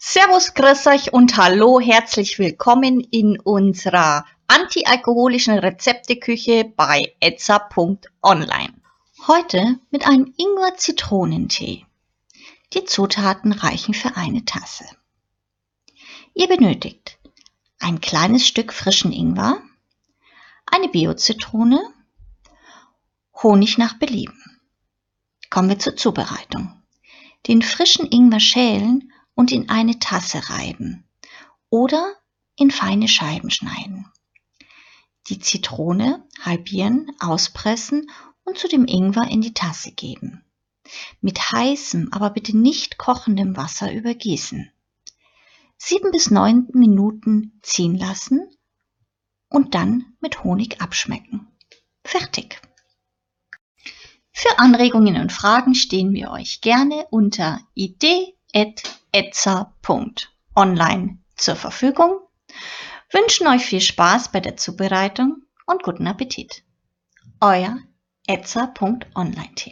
Servus, grüß euch und hallo, herzlich willkommen in unserer antialkoholischen Rezepteküche bei etza.online. Heute mit einem Ingwer-Zitronentee. Die Zutaten reichen für eine Tasse. Ihr benötigt ein kleines Stück frischen Ingwer, eine Bio-Zitrone, Honig nach Belieben. Kommen wir zur Zubereitung. Den frischen Ingwer schälen und in eine Tasse reiben oder in feine Scheiben schneiden. Die Zitrone halbieren, auspressen und zu dem Ingwer in die Tasse geben. Mit heißem, aber bitte nicht kochendem Wasser übergießen. 7 bis 9 Minuten ziehen lassen und dann mit Honig abschmecken. Fertig! Für Anregungen und Fragen stehen wir euch gerne unter idee@etza.online zur Verfügung, wünschen euch viel Spaß bei der Zubereitung und guten Appetit. Euer etza.online-Team.